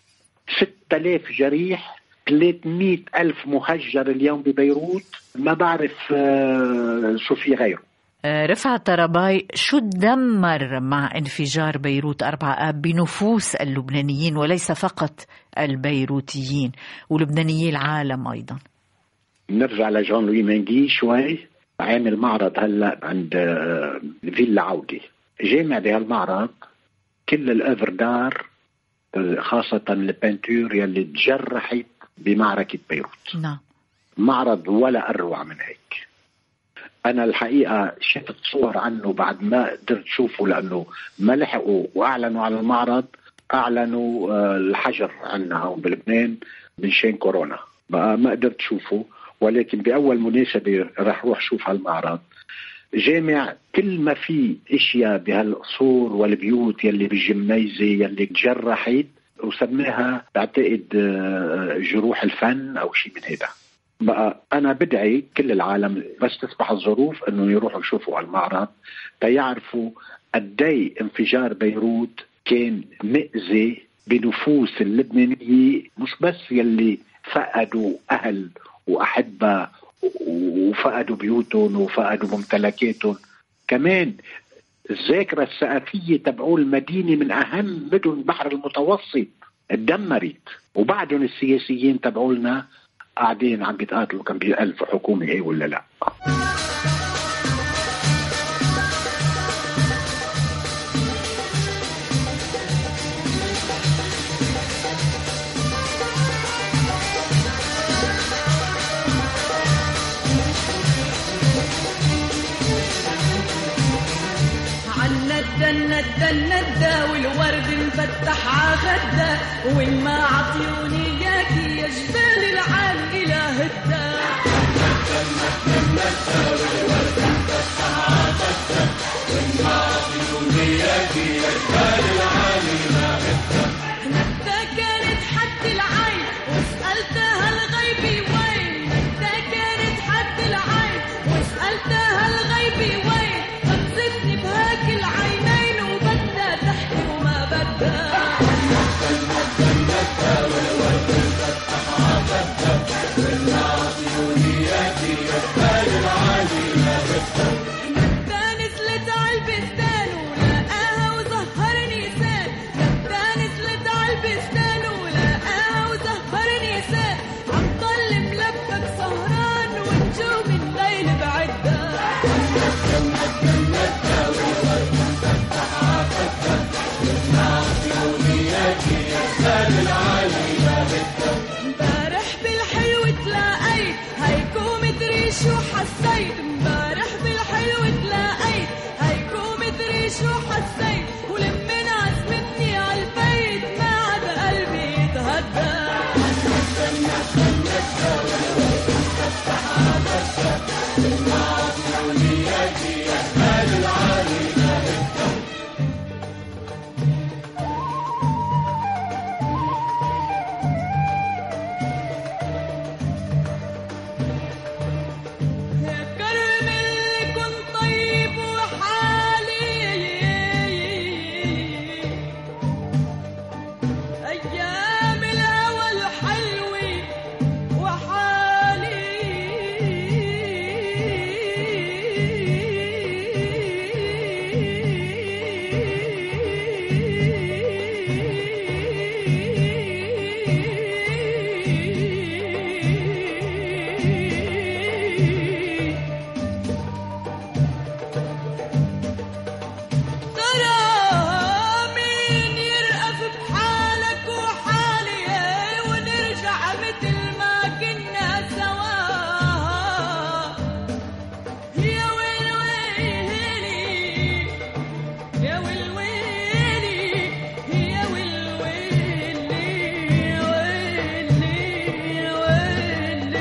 ستة آلاف جريح، ثلاثمئة ألف مهجر اليوم ببيروت. ما بعرف شو في غيره. رفعت طرباي، شو دمر مع انفجار بيروت أربعة آب بنفوس اللبنانيين وليس فقط البيروتيين ولبنانيي العالم أيضا؟ نرجع لجان لوي مانجي شوي. عامل معرض هلا عند فيلا عودة، جامع بهالمعرض كل الأفردار خاصة البنتور يلي تجرحت بمعركة بيروت. نعم. معرض ولا أروع من هيك. أنا الحقيقة شفت صور عنه بعد ما قدرت شوفه، لأنه ما لحقوا وأعلنوا على المعرض، أعلنوا الحجر عنا هون بلبنان من شان كورونا، بقى ما قدرت شوفه، ولكن بأول مناسبة رح روح شوف هالمعرض. جامع كل ما فيه اشياء بهالقصور والبيوت يلي بالجميزة يلي تجرحت، وسماها بعتقد جروح الفن او شيء من هذا. بقى انا بدعي كل العالم بس تسمح الظروف انه يروحوا يشوفوا المعرض تيعرفوا قدي انفجار بيروت كان مأذي بنفوس اللبنانية، مش بس يلي فقدوا اهل واحبه وفقدوا بيوتهم وفقدوا ممتلكاتهم، كمان الذاكرة الثقافية تبعوا المدينة من أهم مدن البحر المتوسط اتدمرت، وبعدهم السياسيين تبعوا لنا قاعدين عم بيتقاتلوا كان بيألفوا حكومة ايه ولا لا. ندى ندى ندى والورد مفتح عخدة وين ما عطيوني ياكي يا جبال العالي إلى هدى ندى ندى ندى والورد مفتح عخدة وين ما عطيوني ياكي يا جبال العالي إلى هدى ندى كانت حد العين وسألتها الغيبي وين ندى كانت حد العين وسألتها الغيبي وين خبزتني بهاك العينين وبدها تحكي وما بدها ندى ندى والورد مفتح عخدة وين ما عطيوني ياكي يا جبال العالي إلى هدى ندى نزلت عالبستان ولقاها وزهر نيسان ندى نزلت عالبستان ولقاها وزهر نيسان عم طل ملبك سهران ونجوم الليل بعدها ندى ندى ندى والورد مفتح عخدة وين ما عطيوني ياكي يا جبال العالي إلى هدى امبارح بالحلو تلاقيت هيكو مدري شو حسيت امبارح بالحلو تلاقيت هيكو مدري شو حسيت ولمن عزمتني عالبيت ما عاد قلبي يتهدى ندى ندى ندى والورد مفتح عخدة وين ما عطيوني ياكي يا جبال العالي إلى هدى يا كرم اللي كنت طيب وحالي أيام الهوى الحلوة وحالي ترى مين يرأف بحالك وحالي ونرجع مثل ما كنا سوا يا ويل ويلي يا ويل ويلي يا ويل ويلي ويلي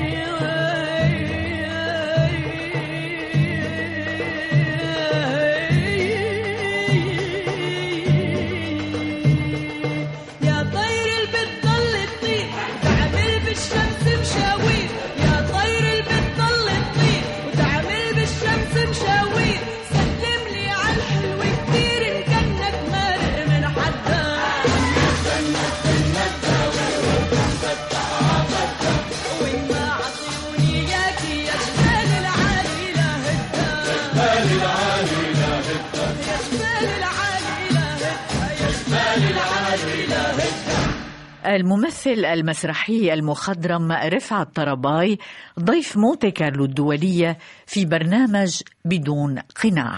يا طير اللي بتضل تطير وتعمل بالشمس مشاوير يا طير اللي بتضل تطير وتعمل بالشمس مشاوير سلم لي عالحلو كتير إن كانك مارق من حدا ندى ندى ندى والورد مفتح عخدة وين ما عطيوني ياكي يا جبال العالي إلى هدى جبال العالي إلى هدى يا جبال العالي إلى هدى يا جبال العالي إلى هدى الممثل المسرحي المخضرم رفعت طرباي ضيف مونتي كارلو الدولية في برنامج بدون قناع.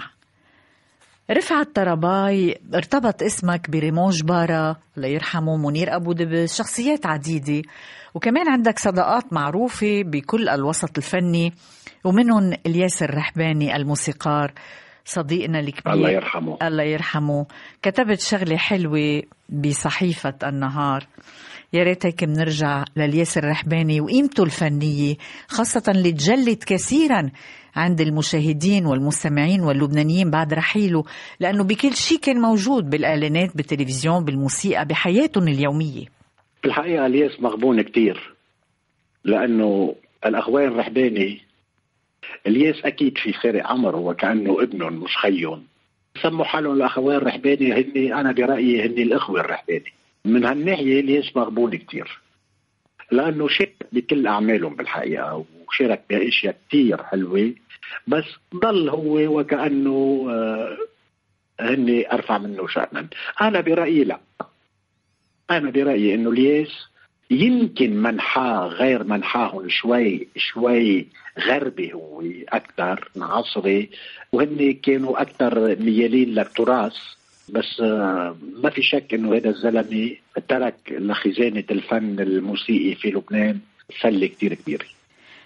رفعت طرباي ارتبط اسمك بريمون جبارة الله يرحمه، منير أبو دبس، شخصيات عديدة، وكمان عندك صداقات معروفة بكل الوسط الفني ومنهم الياس الرحباني الموسيقار صديقنا الكبير الله يرحمه. الله يرحمه. كتبت شغلة حلوة بصحيفة النهار، يا ريت هيك بنرجع للياس الرحباني وقيمته الفنية، خاصة اللي تجلت كثيرا عند المشاهدين والمستمعين واللبنانيين بعد رحيله، لأنه بكل شيء كان موجود بالإعلانات، بالتلفزيون، بالموسيقى، بحياتهم اليومية. في الحقيقة الياس مغبون كتير، لأنه الأخوان الرحباني الياس أكيد في فارق عمر، وكأنه ابنهم مش خيهم، سموا حالهم الأخوان الرحباني، هني أنا برأيي هني الأخوة الرحباني. من هالناحية الياس مغبون كتير، لأنه شارك بكل أعمالهم بالحقيقة، وشارك بأشياء كتير حلوة، بس ضل هو وكأنه آه هني أرفع منه شأنا. أنا برأيي لا، أنا برأيي إنه الياس يمكن منحاه غير منحاهم شوي شوي غربي، هو أكثر عصري، وهن كانوا أكثر ميالين للتراث، بس ما في شك إنه هذا الزلمة ترك لخزانة الفن الموسيقي في لبنان سلة كتير كبيرة.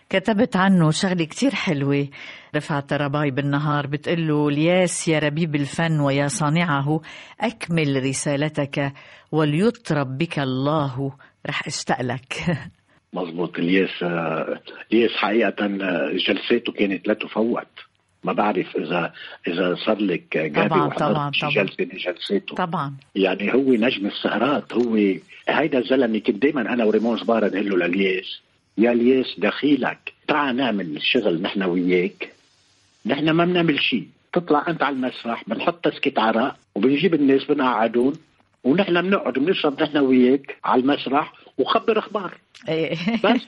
كتبت عنه شغلة كتير حلوة رفعت طراباي بالنهار، بتقله: الياس يا ربيب الفن ويا صانعه، أكمل رسالتك وليطرب بك الله، رح اشتاق لك. مظبوط. الياس الياس حقيقة جلساته كانت لا تفوت. ما بعرف إذا إذا صار لك جابي طبعا طبعا طبعا جلسة من جلساته. طبعا يعني هو نجم السهرات. هو هيدا الزلمة كنت دايما أنا وريمون زبارة نقول له للياس: يا الياس دخيلك، تعال نعمل الشغل نحن وياك، نحن ما بنعمل شيء، تطلع أنت على المسرح، بنحط تسكت عراق وبنجيب الناس بنقعدون ونحن بنقعد بنشرب نحن وياك على المسرح وخبر اخبار. بس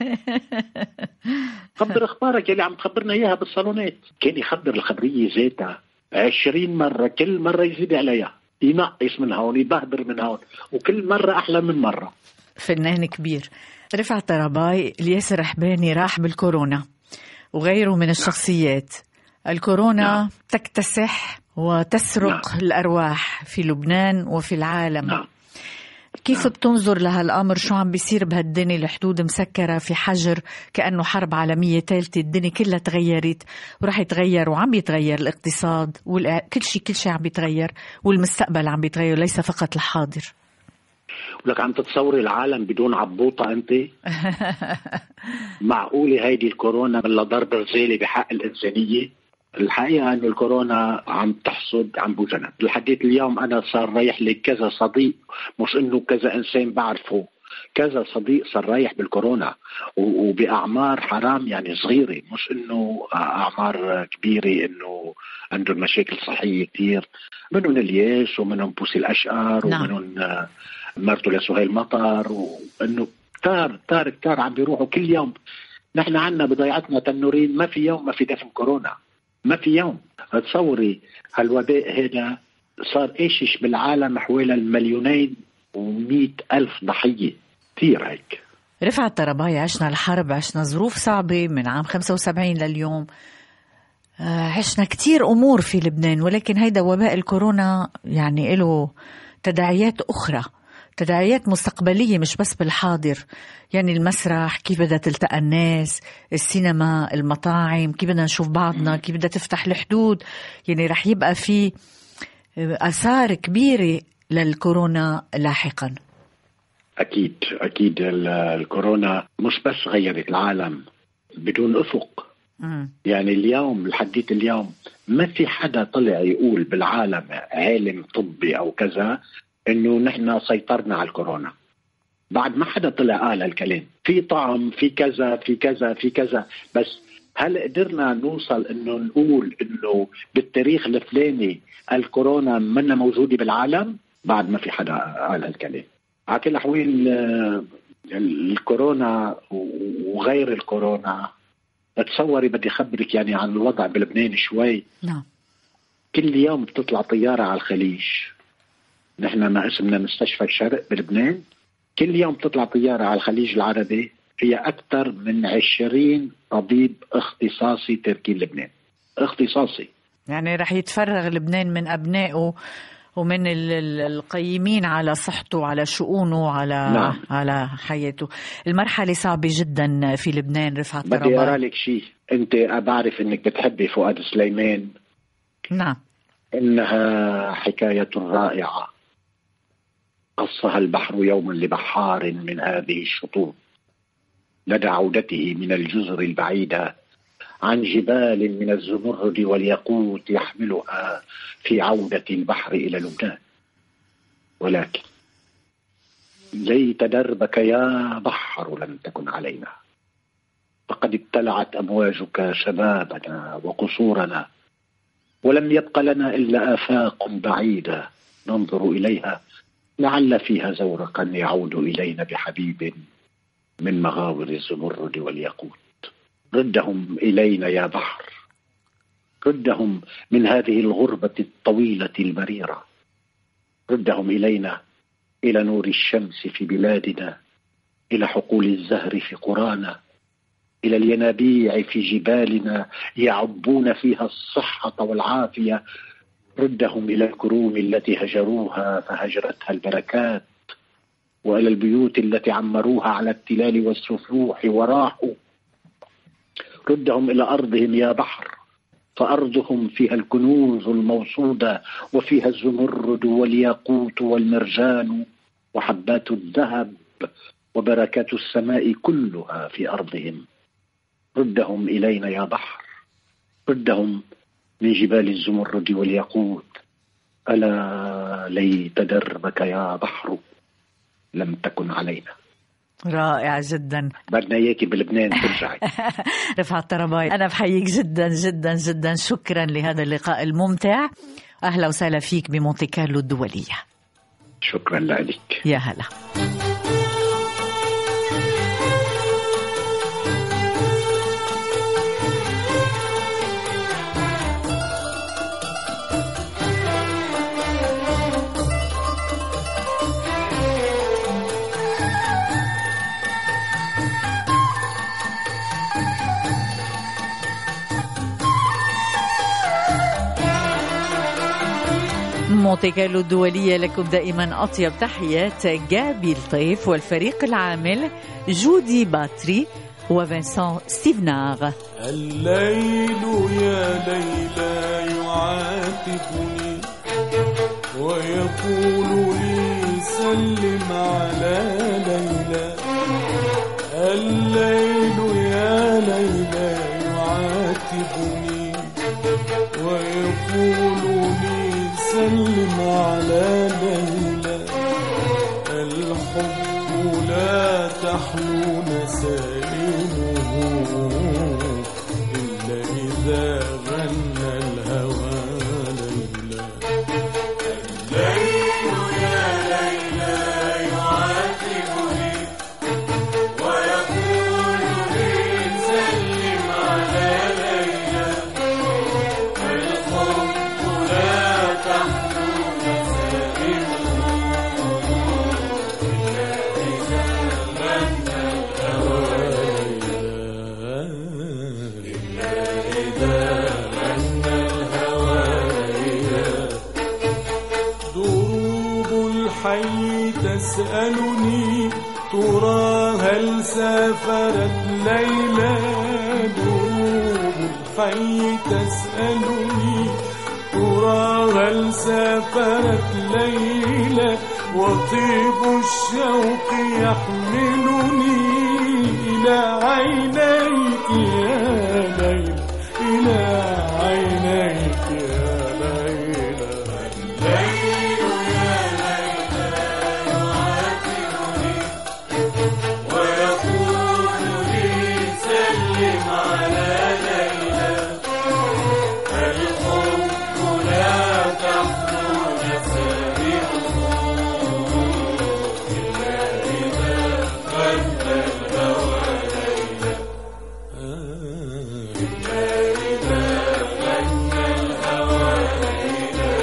خبر اخبارك اللي عم تخبرنا اياها بالصالونات. كان يخبر الخبريه ذاتها عشرين مره، كل مره يزيد عليها، ينقص من هون يبهبر من هون، وكل مره احلى من مره. فنان كبير. رفعت طراباي، الياس الرحباني راح بالكورونا وغيره من الشخصيات. الكورونا نعم. تكتسح وتسرق نعم. الأرواح في لبنان وفي العالم. نعم. كيف نعم. بتنظر لهالأمر؟ شو عم بيصير بهالدنيا؟ الحدود مسكرة، في حجر، كأنه حرب عالمية ثالثة، الدنيا كلها تغيرت ورح يتغير وعم بيتغير الاقتصاد وكل شيء كل شيء عم بيتغير، والمستقبل عم بيتغير ليس فقط الحاضر. ولك عم تتصوري العالم بدون عبوطة أنت؟ معقولة هيدي الكورونا بلا ضرب رزالي بحق الإنسانية؟ الحقيقة أن الكورونا عم تحصد عن بوجنب. لحديت اليوم أنا صار رايح لي كذا صديق، مش إنه كذا إنسان بعرفه، كذا صديق صار رايح بالكورونا وبأعمار حرام يعني صغيرة، مش إنه أعمار كبيرة، إنه عندهم مشاكل صحية كتير، منهم الياس ومنهم بوسي الأشقر ومنهم مرته لسهيل مطر، وإنه كتار كتار كتار عم بيروحوا كل يوم. نحن عنا بضيعتنا تنورين ما في يوم ما في دفن كورونا، ما في يوم. تصوري هالوباء هذا صار ايشش بالعالم حوالي المليونين ومئة ألف ضحية، كثير هيك. رفعت طراباي، عشنا الحرب، عشنا ظروف صعبة من عام خمسة وسبعين لليوم، عشنا كتير أمور في لبنان، ولكن هيدا وباء الكورونا يعني له تداعيات أخرى، تداعيات مستقبلية مش بس بالحاضر. يعني المسرح، كيف بدها تلتقى الناس، السينما، المطاعم، كيف بدنا نشوف بعضنا، كيف بدها تفتح الحدود. يعني رح يبقى في آثار كبيرة للكورونا لاحقا. أكيد أكيد. الكورونا مش بس غيرت العالم بدون أفق. مم. يعني اليوم لحديت اليوم ما في حدا طلع يقول بالعالم عالم طبي أو كذا إنه نحن سيطرنا على الكورونا. بعد ما حدا طلع قال الكلام، في طعم، في كذا في كذا في كذا، بس هل قدرنا نوصل إنه نقول إنه بالتاريخ الفلاني الكورونا منا موجودة بالعالم؟ بعد ما في حدا قال هالكلام. على كل الأحوال الكورونا وغير الكورونا، تصوري بدي خبرك يعني عن الوضع بلبنان شوي. نعم. كل يوم بتطلع طيارة على الخليج، نحن ما اسمنا مستشفى الشرق بلبنان، كل يوم بتطلع طيارة على الخليج العربي هي أكثر من عشرين طبيب اختصاصي تركين لبنان، اختصاصي. يعني رح يتفرغ لبنان من أبنائه ومن القيمين على صحته، على شؤونه، على نعم. على حياته. المرحلة صعبة جدا في لبنان. رفعت طراباي، بدي أرى لك شيء. أنت بعرف أنك بتحبي فؤاد سليمان. نعم. إنها حكاية رائعة قصها البحر يوما لبحار من هذه الشطوط، لدى عودته من الجزر البعيدة عن جبال من الزمرد والياقوت يحملها في عودة البحر إلى لبنان. ولكن ليت دربك يا بحر لم تكن علينا، فقد ابتلعت أمواجك شبابنا وقصورنا، ولم يبق لنا إلا آفاق بعيدة ننظر إليها لعل فيها زورقا يعود إلينا بحبيب من مغاور الزمرد والياقوت. ردهم إلينا يا بحر، ردهم من هذه الغربة الطويلة المريرة، ردهم إلينا، إلى نور الشمس في بلادنا، إلى حقول الزهر في قرانا، إلى الينابيع في جبالنا يعبون فيها الصحة والعافية. ردهم إلى الكروم التي هجروها فهجرتها البركات، وإلى البيوت التي عمروها على التلال والسفوح وراحوا. ردهم إلى أرضهم يا بحر، فأرضهم فيها الكنوز الموصودة، وفيها الزمرد والياقوت والمرجان وحبات الذهب وبركات السماء كلها في أرضهم. ردهم إلينا يا بحر، ردهم من جبال الزمرد والياقوت. ألا ليت دربك يا بحر لم تكن علينا. رائع جدا. بدنا اياكي بلبنان ترجعي. رفعت طرباي، أنا بحييك جدا جدا جدا. شكرا لهذا اللقاء الممتع. أهلا وسهلا فيك بمونتي كارلو الدولية. شكرا لك. يا هلا. مونتي كارلو الدولية لكم دائما أطيب تحيات جابي الطيف والفريق العامل جودي باتري وفنسان ستيفناغ. الليل يا ليلى يعاتبني ويقول لي سلم على ليلى. الليل يا ليلى يعاتبني ويقول لي سلم على ليلى. الحب لا تحلو نسائمه إلا إذا غنى الهوى ليلى. الليل يا ليلى يعاتبني ويقول لي سلم على ليلى. الحب لا تحلو نسائمه إلا إذا غنى الهوى ليلى. إلا إذا غنى الهوى ليلى. دروب الحي تسألني ترى هل سافرت ليلى. دروب الحي تسألني ترى هل سافرت ليلى. وطيب الشوق يحملني إلى عينيك يا ليلى. إلى عينيك يا ليلى. الليل يا ليلى يعاتبني ويقول لي سلم على ليلى. الحب لا تحلو نسائمه إلا إذا غنى الهوى ليلى. إلا إذا غنى الهوى ليلى.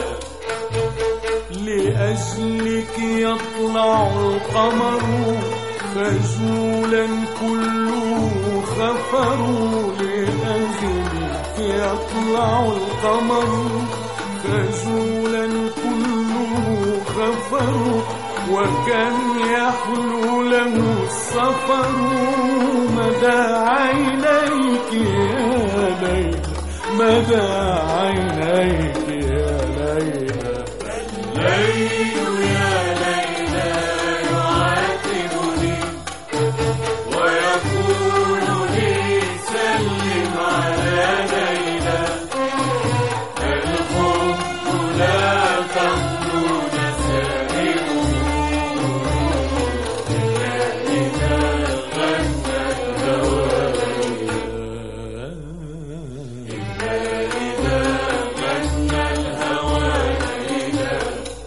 لأجلك يطلع القمر خجولا كله خفر. لأجلك يطلع القمر خجولا كله خفر. وكم يحلو له السفر مدى عينيك يا ليلى. مدى عينيك يا ليلى. الليل يا ليلى يعاتبني ويقول لي سلم على ليلى. الحب لا تحلو نسائمه إلا إذا غنى الهوى ليلى. إلا إذا غنى الهوى ليلى.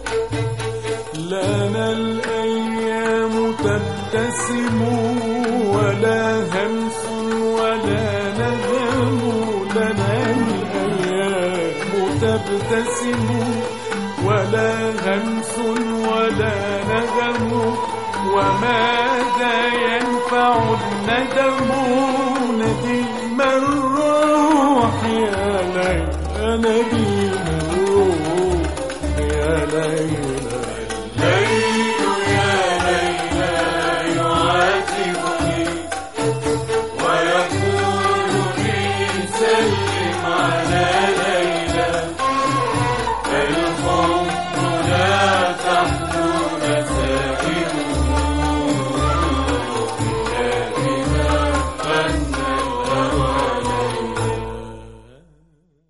لنا الأيام تبتسم ولا همس ولا نغم. لنا الأيام تبتسم ولا همس ولا نغم. وماذا ينفع الندم نديم الروح يا ليلى. نديم الروح يا ليلى. الليل يا ليلى يعاتبني ويقول لي على